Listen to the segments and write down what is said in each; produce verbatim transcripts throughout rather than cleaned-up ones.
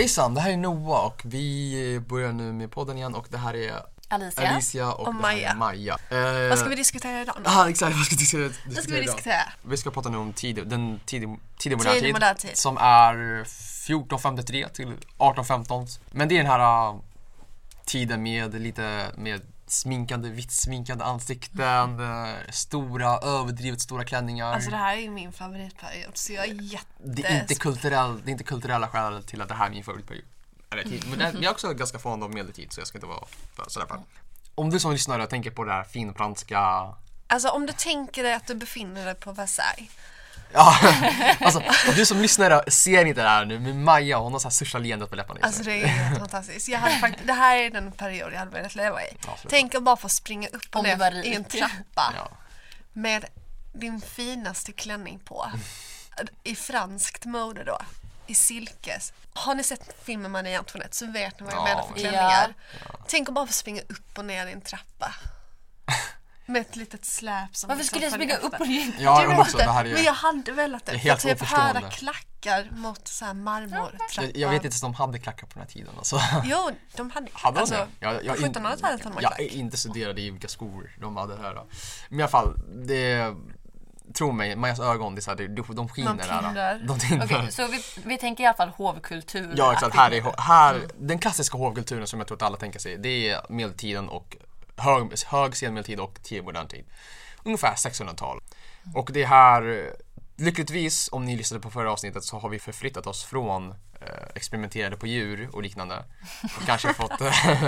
Hejsan, det här är Noah och vi börjar nu med podden igen och det här är Alicia, Alicia och, och det Maja. Här är Maja. Eh, vad ska vi diskutera idag? Ja, ah, exakt, vad ska vi diskutera, diskutera Vad ska vi diskutera? Idag? Vi ska prata nu om tid, den tidig, tidig modern tid, tid, modern tid som är fjorton femtiotre till arton femton. Men det är den här uh, tiden med lite med sminkande, vitt sminkande ansikten, mm. stora, överdrivet stora klänningar. Alltså det här är ju min favoritperiod, så jag är jätte... Det är inte, kulturell, det är inte kulturella skäl till att det här är min favoritperiod. Eller tid. Men det, jag är också ganska fan av medeltid, så jag ska inte vara sådär för. Om du som lyssnare tänker på det här finfranska... Alltså om du tänker dig att du befinner dig på Versailles. Ja, alltså du som lyssnare ser inte det här nu, men Maja, hon har så här största leendet på läpparna. Alltså det är helt fantastiskt. Jag hade faktiskt, det här är den period jag hade velat leva i. Ja, tänk att bara få springa upp och ner i en trappa ja. med din finaste klänning på. I franskt mode då. I silkes. Har ni sett filmen Marie Antoinette så vet ni vad jag ja, menar för klänningar. Ja. Tänk att bara få springa upp och ner i en trappa. Med ett litet släp som... Varför skulle jag springa upp och ner? Ja, jag också, det här är... Men jag hade velat det. det är helt typ höra klackar mot så här marmortrappan. Jag, jag vet inte om de hade klackar på den här tiden. Alltså. Jo, de hade... Hade alltså, de jag, jag, sjuttonhundratalet hade de jag är inte studerade i vilka skor de hade här. Men i alla fall, det... Tro mig, Majas ögon, det är så här, de, de skiner där. De tindrar. Okej, så vi, vi tänker i alla fall hovkultur. Ja, exakt. Här är, här, mm. Den klassiska hovkulturen som jag tror att alla tänker sig, det är medeltiden och hög, hög senmedeltid och tidig modern tid. Ungefär sexhundratal. Mm. Och det här, lyckligtvis, om ni lyssnade på förra avsnittet så har vi förflyttat oss från eh, experimenterade på djur och liknande. Och kanske fått...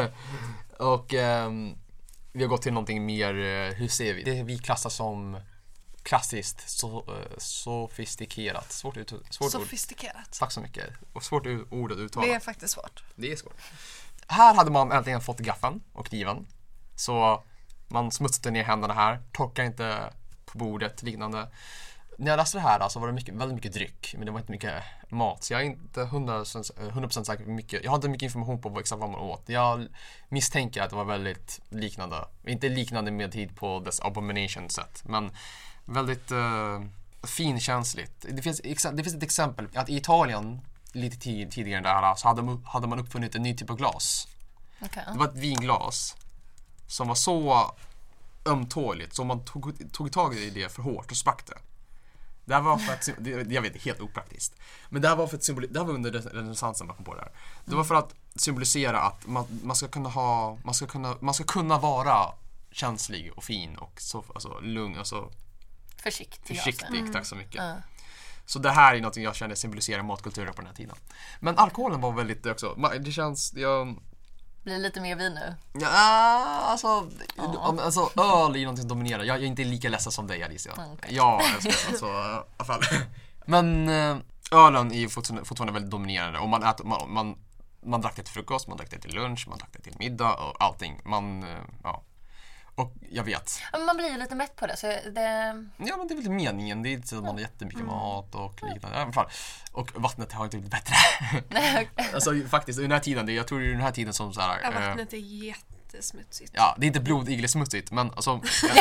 och eh, vi har gått till någonting mer, hur ser vi? Det vi klassar som... klassiskt, så, uh, sofistikerat. Svårt ut, svårt sofistikerat. Ord. Tack så mycket. Och svårt ord att uttala. Det är faktiskt svårt. Det är svårt. Här hade man äntligen fått gaffeln och kniven. Så man smutsade ner händerna här. Torkar inte på bordet, liknande. När jag läste det här så var det mycket, väldigt mycket dryck. Men det var inte mycket mat. Så jag är inte hundra procent säker på mycket. Jag hade mycket information på exakt vad man åt. Jag misstänker att det var väldigt liknande. Inte liknande med tid på dess abomination sätt. Men väldigt uh, finkänsligt. Det finns, det finns ett exempel att i Italien lite tid, tidigare där så hade, hade man uppfunnit en ny typ av glas. Okay. Det var ett vinglas som var så ömtåligt så man tog, tog tag i det för hårt och sprack det. Det här var för att, jag vet, helt opraktiskt. Men det här var för att symbol, det här var under renässansen man kom på det här. Det var för att symbolisera att man, man ska kunna ha man ska kunna man ska kunna vara känslig och fin och så alltså lugn alltså Försiktig. Försiktig, mm. tack så mycket. Mm. Så det här är något jag känner symboliserar matkulturen på den här tiden. Men alkoholen var väldigt också, det känns, jag... Blir det lite mer vin nu? Ja, alltså, ja. alltså öl är något som dominerar. Jag är inte lika ledsen som dig, Alicia. Mm, okay. Ja, alltså, alltså i alla fall. Men ölen är fortfarande, fortfarande väldigt dominerande. Och man, äter, man, man, man drack det till frukost, man drack det till lunch, man drack det till middag och allting. Man, ja... Och jag vet. Man blir ju lite mätt på det, så det... Ja, men det är väl meningen. Det är inte så att man har jättemycket mm. mat och liknande. I alla fall. Och vattnet har inte blivit bättre. Nej, okay. Alltså faktiskt, i den här tiden, det, jag tror det är den här tiden som så här... Ja, vattnet är jättesmutsigt. Ja, det är inte blodigelsmutsigt, men alltså...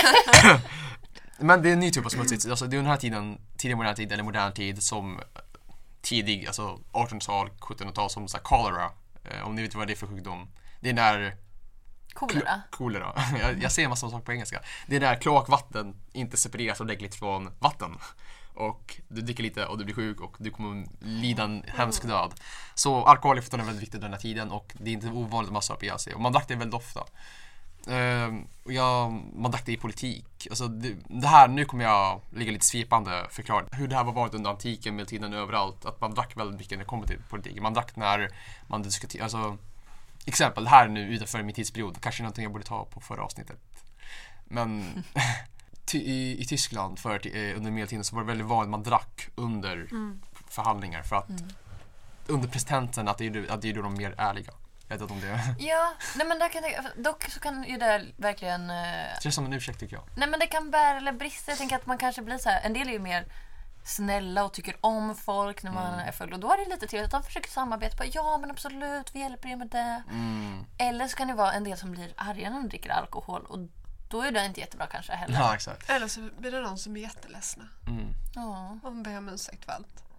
men det är en ny typ av smutsigt. Alltså, det är den här tiden, tidig modern tid eller modern tid som tidig, alltså artonhundratal, sjuttonhundratal som så här cholera. Om ni vet vad det är för sjukdom. Det är när... Kolera. Kolera. Jag, jag ser massor av saker på engelska. Det är när kloakvatten inte separeras ordentligt från vatten. Och du dricker lite och du blir sjuk och du kommer lida en hemsk död. Så alkohol är fortfarande väldigt viktigt den här tiden och det är inte ovanligt att massa på sig. Och man drack det väldigt ofta. Uh, och jag, man drack det i politik. Alltså det, det här, nu kommer jag ligga lite svipande förklara hur det här var varit under antiken, medeltiden överallt. Att man drack väldigt mycket när det kommer till politik. Man drack när man diskuterade, alltså exempel här nu utanför min tidsperiod, kanske någonting jag borde ta på förra avsnittet. Men ty, i, i Tyskland för, eh, under medeltiden så var det väldigt vanligt att man drack under mm. förhandlingar för att mm. under presidenten att det är att det är de mer ärliga. Jag vet inte om det. Ja, nej men där kan jag, dock så kan ju det verkligen eh, det känns som en ursäkt tycker jag. Nej men det kan bära eller brista. Jag tänker att man kanske blir så här, en del är ju mer snälla och tycker om folk när man mm. är full. Och då är det lite trevligt att de försöker samarbeta. Bara, ja, men absolut, vi hjälper er med det. Mm. Eller så kan det vara en del som blir arga när de dricker alkohol. Och då är det inte jättebra kanske heller. Ja, exakt. Eller så blir det någon som är jätteledsna. Mm. Ja. Och de ber om ursäkt för allt.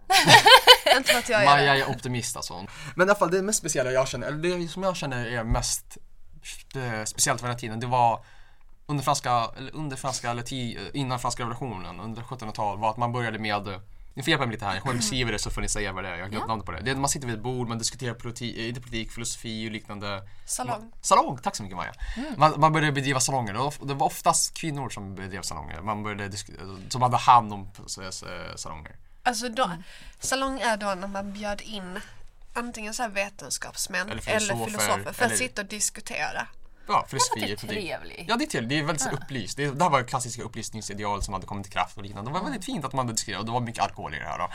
Inte att jag Maja är optimist alltså. Men i alla fall det mest speciella jag känner, eller det som jag känner är mest speciellt för den här tiden, det var under franska, eller under franska, eller tio, innan franska revolutionen, under sjuttonhundratalet, var att man började med, ni får hjälpa mig lite här, jag kommer beskriva det så får ni säga vad det är, jag har glömt namnet på det. Det är man sitter vid ett bord, man diskuterar politik, inte politik, filosofi och liknande. Salong. Salong, tack så mycket Maja. Mm. Man, man började bedriva salonger, det var oftast kvinnor som bedrev salonger, man började disk- som hade hand om salonger. Alltså då, mm. salong är då när man bjöd in antingen så här vetenskapsmän eller filosofer, eller filosofer för eller... att sitta och diskutera. Ja, filosofi. Det är trevligt. Ja, det är trevligt. Det är väldigt ja. upplyst. Det, det här var klassiska upplysningsideal som hade kommit till kraft och liknande. Det var väldigt fint att man hade diskuterat och det var mycket alkohol i det här då.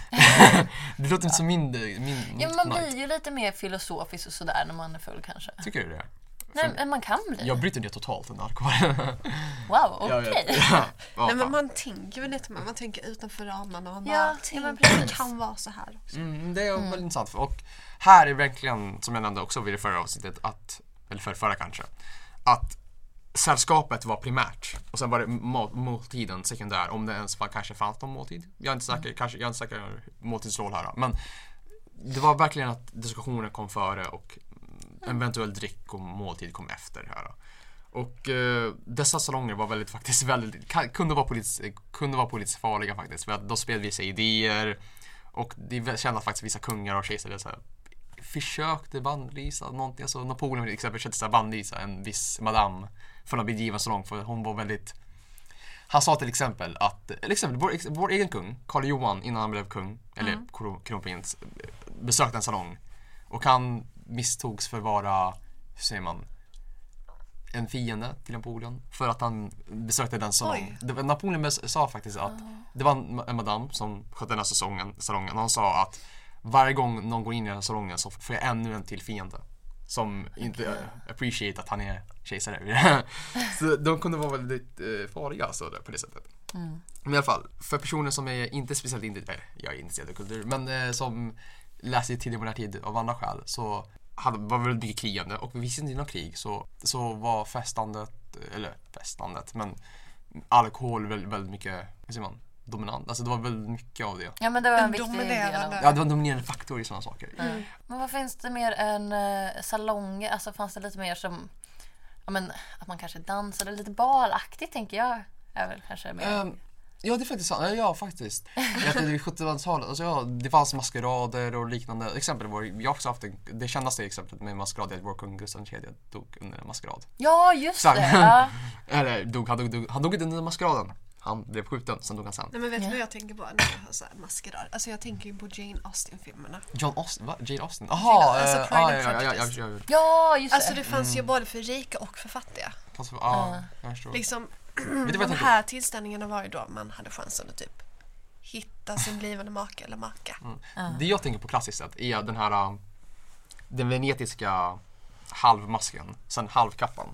Det låter inte så mindre... Min, ja, man blir ju lite mer filosofisk och sådär när man är full kanske. Tycker du det? Nej, men man kan bli. Jag bryter det totalt under alkohol. Wow, okej. Okay. Ja, ja. Ja, nej, men man tänker väl lite, man tänker utanför ramarna och man ja, bara, det kan vara så här också. Mm, det är mm. väldigt intressant. Och här är verkligen, som jag nämnde också vid det förra avsnittet, att, eller för förra kanske, att sällskapet var primärt och sen var det må- måltiden sekundär, om det ens var, kanske fanns någon måltid. Jag är inte säker, mm. kanske, jag är inte säker måltidsroll här då. Men det var verkligen att diskussionen kom före och en eventuell dryck och måltid kom efter här då. Och eh, dessa salonger var väldigt faktiskt väldigt kunde vara politiskt kunde vara politiskt farliga faktiskt, för att de spelade vissa idéer och det kände faktiskt vissa kungar och kejsare så här försökte bandlysa någonting, alltså Napoleon till exempel försökte bandlysa en viss madame från att bli given salong för hon var väldigt, han sa till exempel att till exempel vår, vår egen kung Karl Johan innan han blev kung eller mm. kronprins besökte en salong och han misstogs för att vara, hur säger man, en fiende till Napoleon för att han besökte den salong. Det, Napoleon sa faktiskt att uh. det var en, en madame som skötte den här säsongen, salongen och han sa att varje gång någon går in i den här salongen så får jag ännu en till fiende som okay. inte uh, appreciate att han är kejsare. Så de kunde vara väldigt uh, farliga så där, på det sättet. Mm. Men i alla fall, för personer som är inte speciellt inte, äh, jag är intresserad av kultur, men uh, som läser i tidig modern tid av andra skäl så hade, var väldigt mycket krigande och vi visste inte någon krig så, så var festandet, eller festandet, men alkohol väldigt, väldigt mycket, hur säger man, dominant. Alltså det var väldigt mycket av det. Ja, men det var en, en viktig del av det. Ja, det var en dominerande faktor i sådana saker. Mm. Men vad finns det mer än uh, salonger? Alltså fanns det lite mer som, ja men, att man kanske dansade lite balaktigt tänker jag, är väl kanske mer... Um, Ja, det är faktiskt sant. Ja, faktiskt. Jag det är sjuttonhundratalet. Alltså, ja, det fanns maskerader och liknande. Exempel var jag också haft det, det kändaste exemplet med maskerad, vår kung Gustav den tredje dog under en maskerad. Ja, just så, det. Ja. Eller dog han dog, dog han dog inte under maskeraden. Han blev skjuten, sen dog han sen. Nej, men vet du vad jag tänker på när jag hör så här maskerad? Alltså jag tänker ju på Jane Austen-filmerna. John Austen, va? Jane Austen? Jaha, alltså äh, Pride ah, and ja, ja, Prejudice. ja, ja, ja, ja, just det. Alltså det fanns mm. ju både för rika och för fattiga. Fast för, ah, uh. jag förstår. Liksom, de här tillställningarna var ju då man hade chansen att typ hitta sin blivande make eller maka. Mm. Uh. Det jag tänker på klassiskt sett är den här den venetiska halvmasken, sen halvkappan.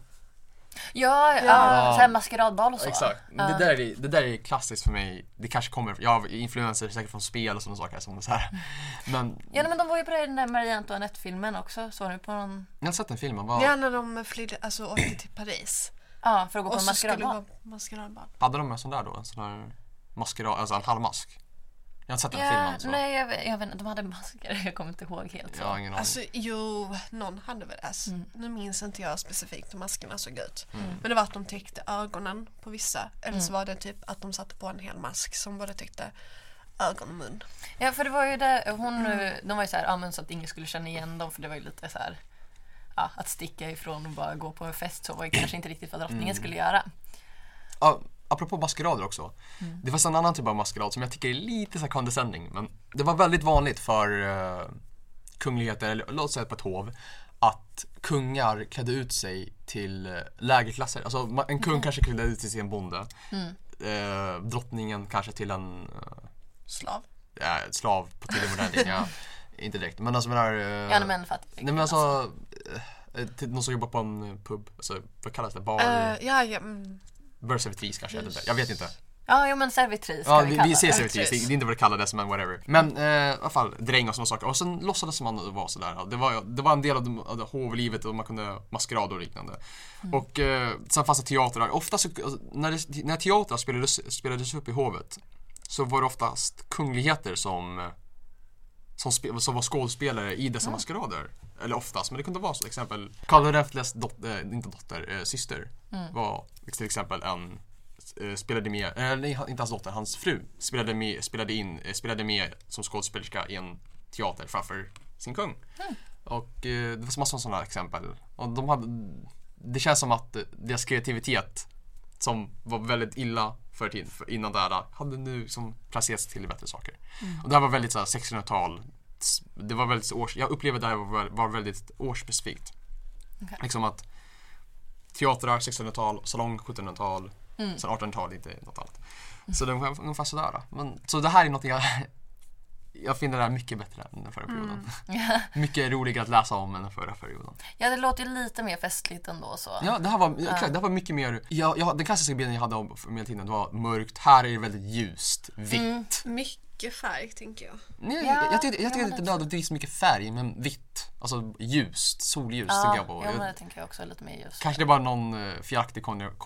Ja, ja, ja. Så här maskeradbal och så. Exakt. Uh. Det, där är, det där är klassiskt för mig. Det kanske kommer, jag har influenser säkert från spel och sådana saker som så här. Men ja, men de var ju på den där Marie Antoinette-filmen också. Så var det på någon... Jag har sett den filmen. Var... Ja, när de flydde, alltså åkte till Paris. Ja, för att gå på och en maskeradbal. maskeradbal. Hade de en sån där då? En sån här maskerad, alltså en halvmask? Jag har inte sett den ja, filmen. Så. Nej, jag, jag vet inte. De hade masker. Jag kommer inte ihåg helt. Så. Jag har ingen aning. Alltså, jo, någon hade väl det. Mm. Nu minns inte jag specifikt hur maskerna såg ut. Mm. Men det var att de täckte ögonen på vissa. Eller mm. så var det typ att de satte på en hel mask som både täckte ögon och mun. Ja, för det var ju det. Hon, mm. De var ju så här, ja, men så att ingen skulle känna igen dem. För det var ju lite så här, ja, att sticka ifrån och bara gå på en fest. Så var ju kanske inte riktigt vad drottningen mm. skulle göra. Ja. Apropå maskerader också. Mm. Det fanns en annan typ av maskerad som jag tycker är lite så här condescending. Men det var väldigt vanligt för uh, kungligheter, eller låt säga på ett hov, att kungar klädde ut sig till uh, lägre klasser. Alltså en kung mm. kanske klädde ut sig till en bonde. Mm. Uh, drottningen kanske till en... Uh, slav? Ja, uh, slav på tidig modern tid, ja. Inte direkt. Men alltså menar... Uh, ja, men fattigt. Nej, men alltså... Uh, till någon som jobbar på en pub. Alltså, vad kallas det? Bar... Uh, ja, ja. Mm. Börservitris kanske, yes. Jag vet inte. Ja, jo, men servitris ja, vi, vi, vi ser servitris, det är inte vad det kallades, men whatever. Men eh, i alla fall, dräng och sådana saker. Och sen låtsades man att det var sådär. Det var, det var en del av det, av det hovlivet och man kunde maskerad och liknande. Mm. Och eh, sen fanns det teatrar. Ofta så, när, det, när teatrar spelades, spelades upp i hovet så var det oftast kungligheter som som, spe, som var skådespelare i dessa mm. maskerader. Eller oftast, men det kunde vara så. Till exempel Karl den elftes dotter, inte dotter, äh, syster mm. var till exempel en äh, spelade med, äh, nej inte hans dotter, hans fru spelade med, spelade in, äh, spelade med som skådespelerska i en teater framför sin kung. Mm. Och äh, det var massor av sådana exempel. Och de hade, det känns som att deras kreativitet som var väldigt illa för tid, för innan det här, hade nu som placerats till bättre saker. Mm. Och det här var väldigt så här, sextonhundratal. Det var väldigt års, jag upplevde det här var, var väldigt årsspecifikt. Okay. Liksom att teatrar sextonhundratal, salong sjuttonhundratal, mm. sen artonhundratal, inte något annat. Mm. Så det var ungefär sådär. Men, så det här är något jag jag finner det här mycket bättre än den förra perioden. Mm. Mycket roligare att läsa om än den förra perioden. Ja, det låter ju lite mer festligt ändå så. Ja, det här var, ja. Exakt, det här var mycket mer... Ja, jag, den klassiska bilden jag hade om medeltiden var mörkt. Här är det väldigt ljust, vitt. Mm. Mycket färg, tänker jag. Nej, ja, jag, jag tycker, jag tycker inte nödvändigtvis så mycket färg, men vitt. Alltså ljust, solljus, ja, tänker jag på. Ja, men det tänker jag också lite mer ljust. Kanske det är bara någon uh, felaktig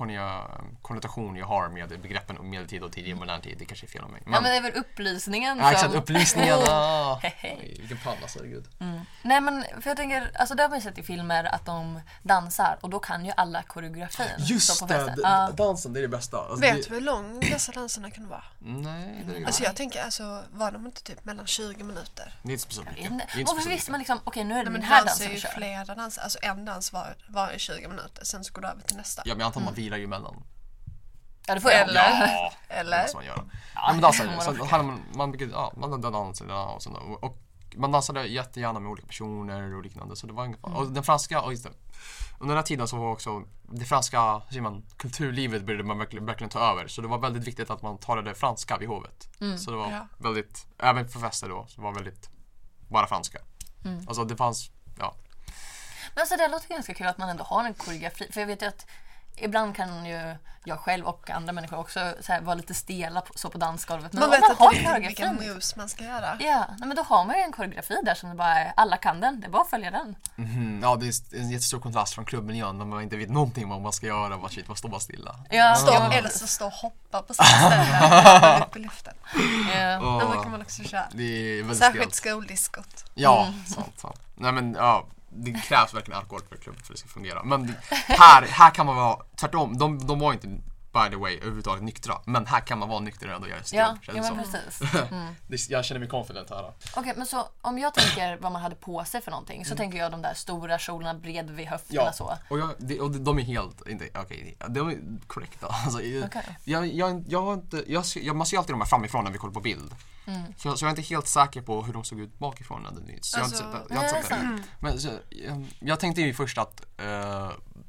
konnotation jag har med begreppen om medeltid och tidig modern tid. Det kanske är fel om mig. Men, ja, men det är väl upplysningen ja, som... exakt, upplysningen. oh. Oj, vilken panna, så gud. Mm. Nej, men för jag tänker, alltså det har man ju sett i filmer att de dansar och då kan ju alla koreografin. Just på det, d- uh. dansen, det är det bästa. Alltså, vet det... du hur lång dessa danserna kan vara? Nej, det är alltså jag tänker, alltså var de inte typ mellan tjugo minuter? Det är inte speciellt mycket. Och så visste man liksom, okej okay, nu är det nej, den här dansen vi kör. Flera danser, alltså en dans var, var i tjugo minuter, sen så går det över till nästa. Ja, men jag antar mm. man vilar ju emellan. Ja, det får jag. Eller? Ja, eller? Det måste man göra. Ja, men dansade, så hade man, man, ja, man dansade och, sådär, och man dansade jättegärna med olika personer och liknande, så det var ungefär, mm. och den franska, och just det, under den här tiden så var också det franska, säger man, kulturlivet började man verkligen, verkligen ta över, så det var väldigt viktigt att man talade franska vid hovet. Mm. Så det var ja. väldigt, även för fester då, så var väldigt bara franska. Mm. Alltså det fanns, ja. Men alltså det låter ganska kul att man ändå har en koreografi. För jag vet ju att ibland kan ju jag själv och andra människor också så här, vara lite stela på, så på dansgolvet. Men man vet man inte riktigt vilka moves man ska göra. Ja, nej, men då har man ju en koreografi där som bara är, alla kan den. Det är bara att följa den. Mm-hmm. Ja, det är en jättestor kontrast från klubben igen där man inte vet någonting vad man ska göra. Bara shit, vad står bara stilla. Ja, stå, ja. Eller så stå och hoppa på samma ställe upp i luften. Ja. Oh. Då kan man också köra. Det är väldigt särskilt skoldiskot. Ja, mm. sant, sant. Nej men ja, det krävs verkligen alkohol för klubben för att det ska fungera. Men här, här kan man vara tvärtom. De, de var inte by the way överhuvudtaget nyktra. Men här kan man vara nykter och ändå göra ett ja, ja, men precis. Mm. Jag känner mig confident här. Okej, okay, men så om jag tänker vad man hade på sig för någonting så mm. tänker jag de där stora kjolarna bred vid höfterna ja. så. Och, jag, de, och de är helt, inte, okej, okay, de är korrekta. Alltså, okay. jag, jag, jag, har inte, jag, jag, man ser alltid de här framifrån när vi kollar på bild. Mm. Så, så jag är inte helt säker på hur de såg ut bakifrån. Så jag alltså, har inte sett det. Jag, har inte sett det. Men, så, jag, jag tänkte ju först att uh,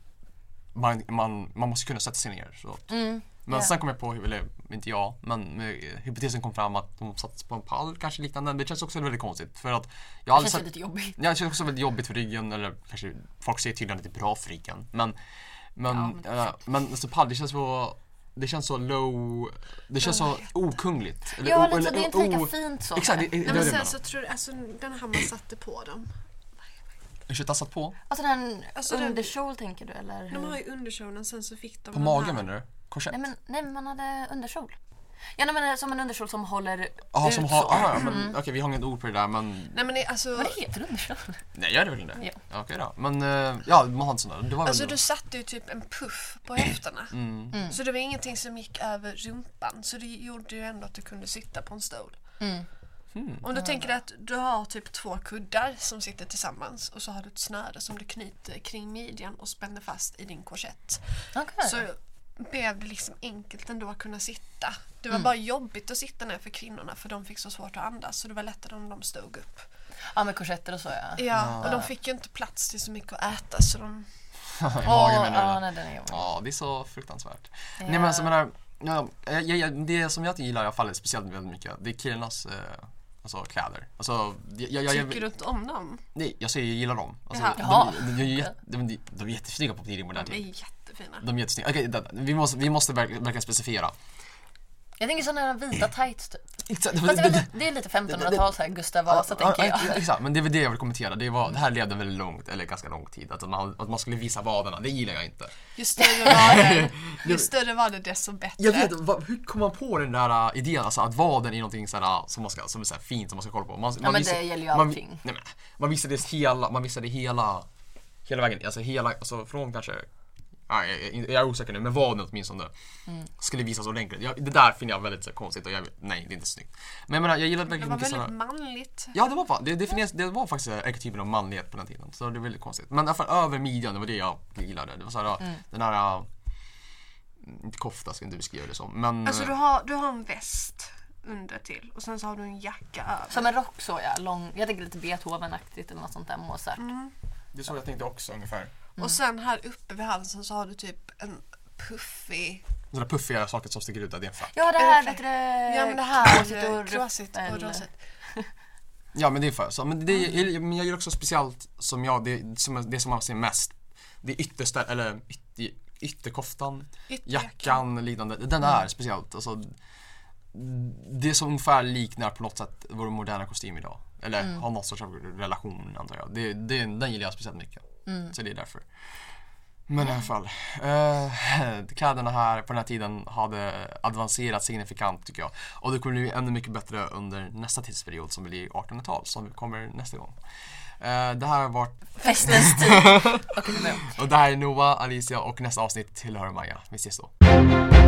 man, man, man måste kunna sätta sig ner. Så. Mm. Men yeah. sen kom jag på, eller inte jag, men hypotesen kom fram att de satt på en pall, kanske liknande. Det känns också väldigt konstigt. För att jag det känns sett, lite jobbigt. Ja, det känns också väldigt jobbigt för ryggen, eller kanske folk ser tydligen lite bra för ryggen. Men, men, ja, men, äh, men alltså, pall, det känns så... Det känns så low, det känns oh så okungligt. Eller, ja, o, eller, det är inte lika o, fint så. Exakt, det, det, nej, det men sen så tror jag, alltså den här man satte på dem. Ursäkta, satt på? Alltså den alltså underkjol den, tänker du, eller? De har ju underkjolen, sen så fick de på magen menar du? Korsett? Nej men, nej, man hade underkjol. Ja, nej, men som en underkjol som håller Aha, ut som så. Har, aha, men, mm. Okej, okay, vi har inget ord på det där, men... Nej, men det, alltså... Men det heter underkjol. Nej, gör det väl inte? Ja. Okej okay, då. Men, uh, ja, man har sådana. Det var alltså, väl du satte ju typ en puff på höfterna. Mm. Mm. Så det var ingenting som gick över rumpan. Så det gjorde ju ändå att du kunde sitta på en stol. Mm. Mm. Om du mm. tänker att du har typ två kuddar som sitter tillsammans och så har du ett snöre som du knyter kring midjan och spänner fast i din korsett. Okay. Så blev det liksom enkelt ändå att kunna sitta. Det var mm. bara jobbigt att sitta ner för kvinnorna för de fick så svårt att andas, så det var lättare om de stod upp. Ja, med korsetter och så, ja. Ja, och de fick ju inte plats till så mycket att äta, så de... I magen menar du? Ja, den är ja, det är så fruktansvärt. Ja. Nej, men alltså, menar, ja, jag, jag, det som jag gillar i alla fall speciellt väldigt mycket, det är killarnas... Eh, Alltså kläder. Alltså, jag, jag, jag, tycker du inte om dem? Nej, jag säger jag gillar dem. Alltså, Jaha. de, de, de, de, de, de är jättesnygga på tidig modern tid. De är jättefina. De är jättesnygga. Okej, okay, vi måste, vi måste verkligen specificera. Jag tänker sådana här vita tights typ. Exakt, Fast det, är lite, det är lite femtonhundratal så här Gustav Vasa ja, tänker jag. Exakt, men det är väl det jag vill kommentera. Det, var, det här levde väldigt långt, eller ganska lång tid. Att man, att man skulle visa vaderna, det gillar jag inte. Ju större var det, ju större var det desto bättre. Jag vet, vad, hur kom man på den där uh, idén, alltså att vaden är någonting sådär, som, man ska, som är såhär fint som man ska kolla på. Man, ja, man men visar, det gäller ju man, allting. Nej, men, man visade det hela, man visade hela, hela vägen, alltså hela, alltså från kanske... Ja, jag, jag är osäker nu, men vaden åtminstone mm. skulle visas ordentligt. Jag, det där finner jag väldigt så, konstigt och jag, nej, det är inte snyggt. Men jag menar, jag gillade verkligen mycket sådana... Det var väldigt manligt. Ja, det var, det, det, det var faktiskt arketypen av manlighet på den tiden. Så det var väldigt konstigt. Men i alla fall över midjan, det var det jag gillade. Det var såhär, mm. den här... Inte kofta ska jag inte beskriva det som, men... Alltså du har, du har en väst under till och sen så har du en jacka över. Som en rock så, ja. Lång, jag tänker lite Beethoven-aktigt eller något sånt där, Mozart. Mm. Det är så jag tänkte också ungefär. Mm. Och sen här uppe vid halsen så har du typ en puffig... Sådana puffiga saker som sticker ut, det är en fack. Ja, det här, vet du det? Ja, men det här är krossigt och rossigt. Ja, men det är för så. Men, det är, men jag gör också speciellt som jag, det som, det som man ser mest. Det är yttersta, eller ytter, ytterkoftan, jackan, liknande. Den är mm. speciellt. Alltså, det är som ungefär liknar på något sätt vår moderna kostym idag. Eller mm. har något sorts av relation, antar jag. Det, det, den gillar jag speciellt mycket. Mm. Så det är därför. Men i alla fall eh, kläderna här på den här tiden hade avancerat signifikant tycker jag. Och det kommer bli ännu mycket bättre under nästa tidsperiod som blir artonhundratal som kommer nästa gång. eh, Det här har varit festens tid. Och det här är Noah, Alicia och nästa avsnitt tillhör Maja. Vi ses då.